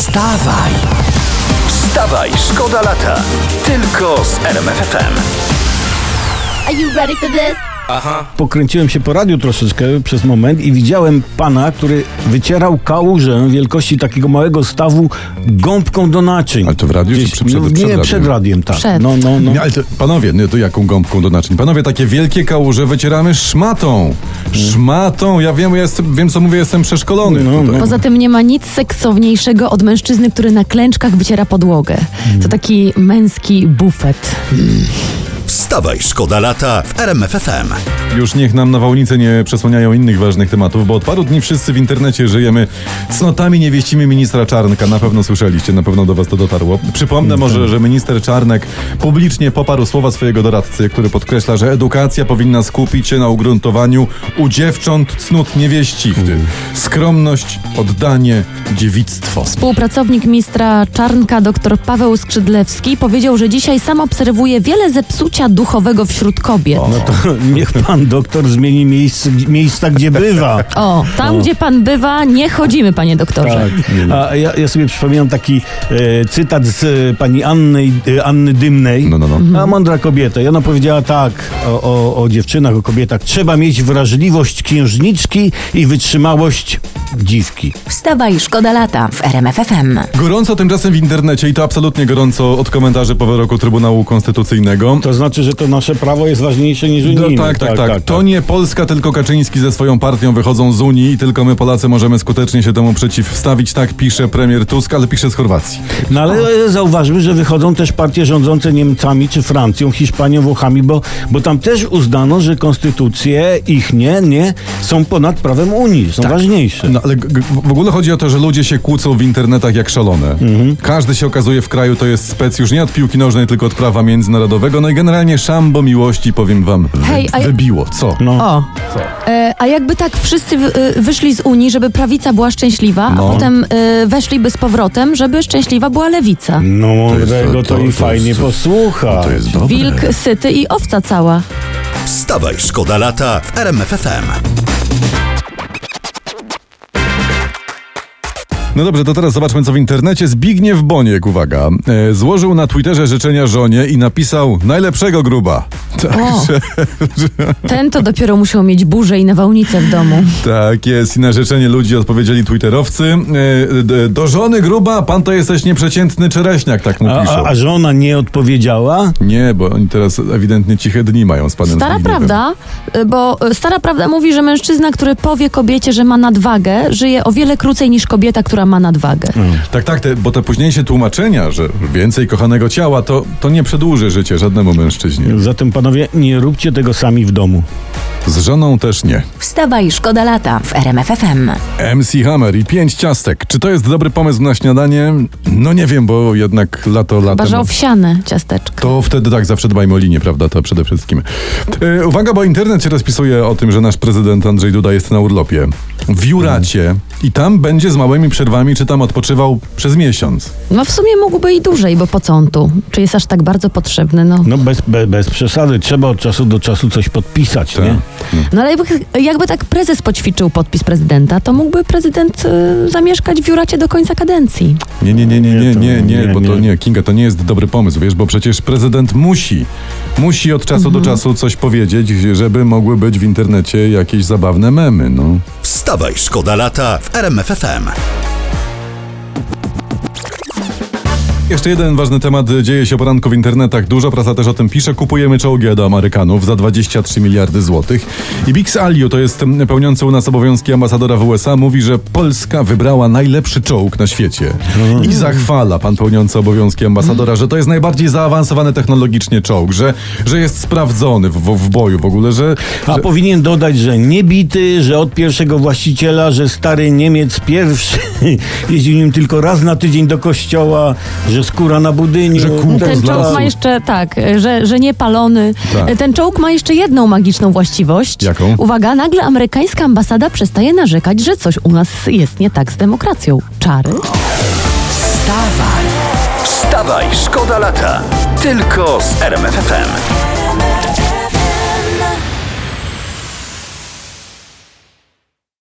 Wstawaj! Wstawaj, szkoda lata. Tylko z RMF FM. Are you ready for this? Pokręciłem się po radiu troszeczkę przez moment i widziałem pana, który wycierał kałużę wielkości takiego małego stawu gąbką do naczyń. Ale to w radiu czy przed radiem? Przed radiem, tak. Przed. No. Nie, ale to, panowie, to jaką gąbką do naczyń? Panowie, takie wielkie kałuże wycieramy szmatą. Szmatą. Ja wiem co mówię, jestem przeszkolony. Tutaj. Poza tym nie ma nic seksowniejszego od mężczyzny, który na klęczkach wyciera podłogę. To taki męski bufet. Wstawaj, szkoda lata w RMF FM. Już niech nam nawałnice nie przesłaniają innych ważnych tematów, bo od paru dni wszyscy w internecie żyjemy cnotami niewieścimi ministra Czarnka. Na pewno słyszeliście, na pewno do was to dotarło. Przypomnę może, że minister Czarnek publicznie poparł słowa swojego doradcy, który podkreśla, że edukacja powinna skupić się na ugruntowaniu u dziewcząt cnót niewieścich. Skromność, oddanie, dziewictwo. Współpracownik ministra Czarnka, dr Paweł Skrzydlewski, powiedział, że dzisiaj sam obserwuje wiele zepsucia duchowego wśród kobiet. No to niech pan doktor zmieni miejsca, gdzie bywa. Gdzie pan bywa, nie chodzimy, panie doktorze. Tak. A ja sobie przypominam taki cytat z pani Anny Dymnej. No. A mądra kobieta. I ona powiedziała tak o dziewczynach, o kobietach. Trzeba mieć wrażliwość księżniczki i wytrzymałość dziwki. Wstawaj, szkoda lata w RMF FM. Gorąco tymczasem w internecie i to absolutnie gorąco od komentarzy po wyroku Trybunału Konstytucyjnego. To znaczy, że to nasze prawo jest ważniejsze niż unijne. Tak. To nie Polska, tylko Kaczyński ze swoją partią wychodzą z Unii i tylko my Polacy możemy skutecznie się temu przeciwstawić. Tak pisze premier Tusk, ale pisze z Chorwacji. No ale zauważmy, że wychodzą też partie rządzące Niemcami, czy Francją, Hiszpanią, Włochami, bo tam też uznano, że konstytucje ich nie są ponad prawem Unii, są ważniejsze. No ale w ogóle chodzi o to, że ludzie się kłócą w internetach jak szalone. Każdy się okazuje w kraju, to jest spec już nie od piłki nożnej, tylko od prawa międzynarodowego. No i generalnie szambo miłości, powiem wam, wybiło. Co? A jakby tak wszyscy wyszli z Unii, żeby prawica była szczęśliwa, a potem weszliby z powrotem, żeby szczęśliwa była lewica. No mądrego to i fajnie posłucha. To jest dobre. Wilk syty i owca cała. Wstawaj, szkoda lata w RMF FM. No dobrze, to teraz zobaczmy, co w internecie. Zbigniew Boniek, uwaga, złożył na Twitterze życzenia żonie i napisał: najlepszego gruba. Ten to dopiero musiał mieć burzę i nawałnicę w domu. Tak jest. I na życzenie ludzi odpowiedzieli twitterowcy: do żony gruba, pan to jesteś nieprzeciętny czereśniak, tak mu piszą. A żona nie odpowiedziała? Nie, bo oni teraz ewidentnie ciche dni mają z panem Stara Zbigniewem. prawda, bo stara prawda mówi, że mężczyzna, który powie kobiecie, że ma nadwagę, żyje o wiele krócej niż kobieta, która ma nadwagę. Tak, bo te późniejsze tłumaczenia, że więcej kochanego ciała, to nie przedłuży życie żadnemu mężczyźnie. Zatem panowie, nie róbcie tego sami w domu. Z żoną też nie. Wstawaj, szkoda lata w RMF FM. MC Hammer i 5 ciastek. Czy to jest dobry pomysł na śniadanie? No nie wiem, bo jednak latem... Chyba, że owsiane ciasteczka. To wtedy tak, zawsze dbajmy o linię, prawda? To przede wszystkim. Uwaga, bo internet się rozpisuje o tym, że nasz prezydent Andrzej Duda jest na urlopie w Juracie i tam będzie z małymi przerwami, czy tam odpoczywał przez miesiąc. No w sumie mógłby i dłużej, bo po co on tu? Czy jest aż tak bardzo potrzebny? No Bez przesady. Trzeba od czasu do czasu coś podpisać, nie? No ale jakby tak prezes poćwiczył podpis prezydenta, to mógłby prezydent zamieszkać w Juracie do końca kadencji. Nie, Kinga, to nie jest dobry pomysł, wiesz, bo przecież prezydent musi od czasu do czasu coś powiedzieć, żeby mogły być w internecie jakieś zabawne memy, no. Wstawaj, szkoda lata w RMF FM. Jeszcze jeden ważny temat dzieje się o poranku w internetach. Dużo prasa też o tym pisze. Kupujemy czołgi od Amerykanów za 23 miliardy złotych. I Bix Aliu, to jest pełniący u nas obowiązki ambasadora w USA, mówi, że Polska wybrała najlepszy czołg na świecie. I zachwala pan pełniący obowiązki ambasadora, że to jest najbardziej zaawansowany technologicznie czołg, że jest sprawdzony w boju w ogóle, że... powinien dodać, że nie bity, że od pierwszego właściciela, że stary Niemiec pierwszy jeździł nim tylko raz na tydzień do kościoła, że skóra na budyniu. Ten czołg ma jeszcze, że nie palony. Tak. Ten czołg ma jeszcze jedną magiczną właściwość. Jaką? Uwaga, nagle amerykańska ambasada przestaje narzekać, że coś u nas jest nie tak z demokracją. Czary? Wstawaj, szkoda lata. Tylko z RMF FM.